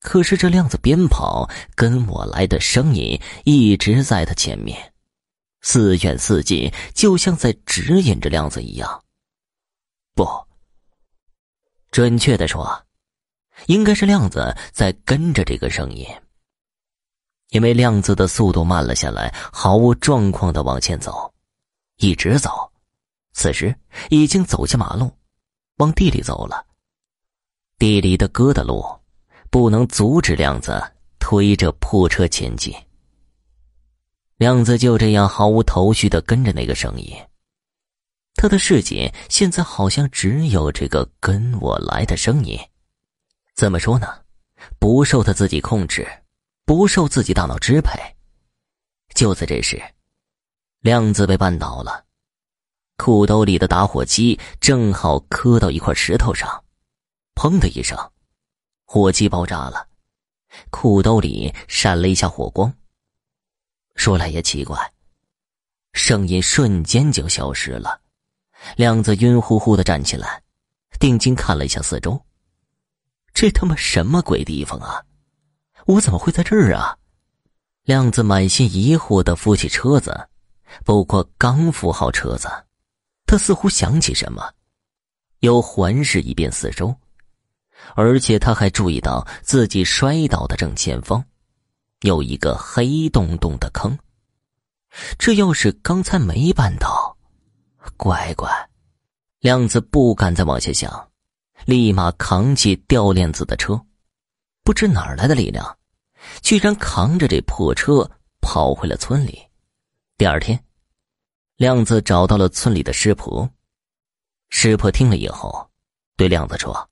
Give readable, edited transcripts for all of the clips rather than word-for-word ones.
可是这亮子边跑，跟我来的声音一直在他前面，似远似近，就像在指引着亮子一样。不，准确的说，应该是亮子在跟着这个声音。因为亮子的速度慢了下来，毫无状况地往前走，一直走，此时已经走下马路，往地里走了。地里的疙瘩路不能阻止亮子推着破车前进。亮子就这样毫无头绪地跟着那个声音，他的世界现在好像只有这个跟我来的声音。怎么说呢？不受他自己控制，不受自己大脑支配。就在这时，亮子被绊倒了，裤兜里的打火机正好磕到一块石头上，砰的一声，火机爆炸了，裤兜里闪了一下火光。说来也奇怪，声音瞬间就消失了。亮子晕乎乎地站起来，定睛看了一下四周，这他妈什么鬼地方啊？我怎么会在这儿啊？亮子满心疑惑地扶起车子，不过刚扶好车子，他似乎想起什么，又环视一遍四周，而且他还注意到自己摔倒的正前方有一个黑洞洞的坑。这要是刚才没绊倒，乖乖。亮子不敢再往下想，立马扛起掉链子的车，不知哪儿来的力量，居然扛着这破车跑回了村里。第二天，亮子找到了村里的师婆。师婆听了以后对亮子说：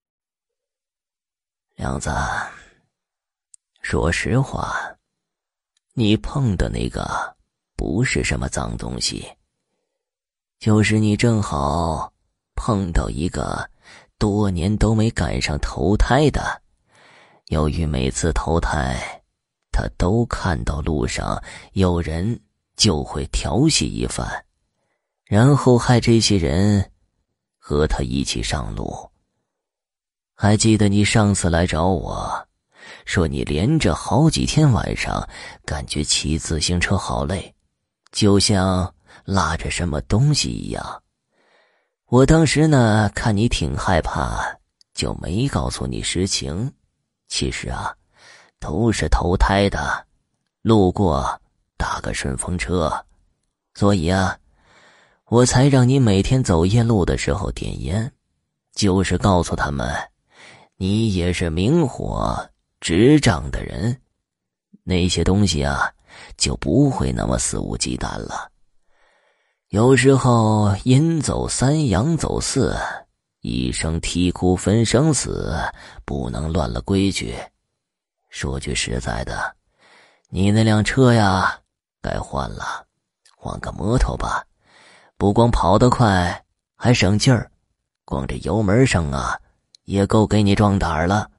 亮子，说实话，你碰的那个不是什么脏东西，就是你正好碰到一个多年都没赶上投胎的。由于每次投胎他都看到路上有人就会调戏一番，然后害这些人和他一起上路。还记得你上次来找我，说你连着好几天晚上感觉骑自行车好累，就像拉着什么东西一样。我当时呢，看你挺害怕，就没告诉你实情。其实啊，都是投胎的，路过打个顺风车，所以啊，我才让你每天走夜路的时候点烟，就是告诉他们你也是明火执仗的人，那些东西啊就不会那么肆无忌惮了。有时候阴走三阳走四，一声啼哭分生死，不能乱了规矩。说句实在的，你那辆车呀该换了，换个摩托吧，不光跑得快还省劲儿，光这油门上啊也够给你壮胆了。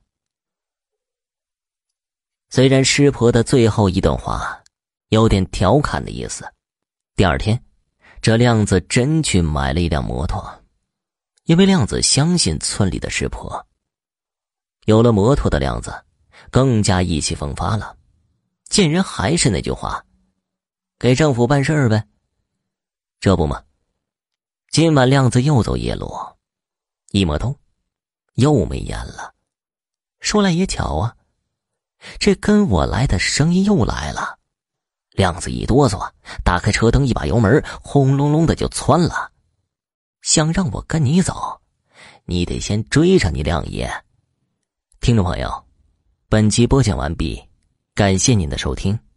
虽然师婆的最后一段话有点调侃的意思，第二天这亮子真去买了一辆摩托，因为亮子相信村里的师婆。有了摩托的亮子更加意气风发了，见人还是那句话，给政府办事儿呗。这不嘛，今晚亮子又走夜路，一摸头又没烟了。说来也巧啊，这跟我来的声音又来了。亮子一哆嗦，打开车灯，一把油门，轰隆隆的就窜了。想让我跟你走，你得先追上你亮爷。听众朋友，本集播讲完毕，感谢您的收听。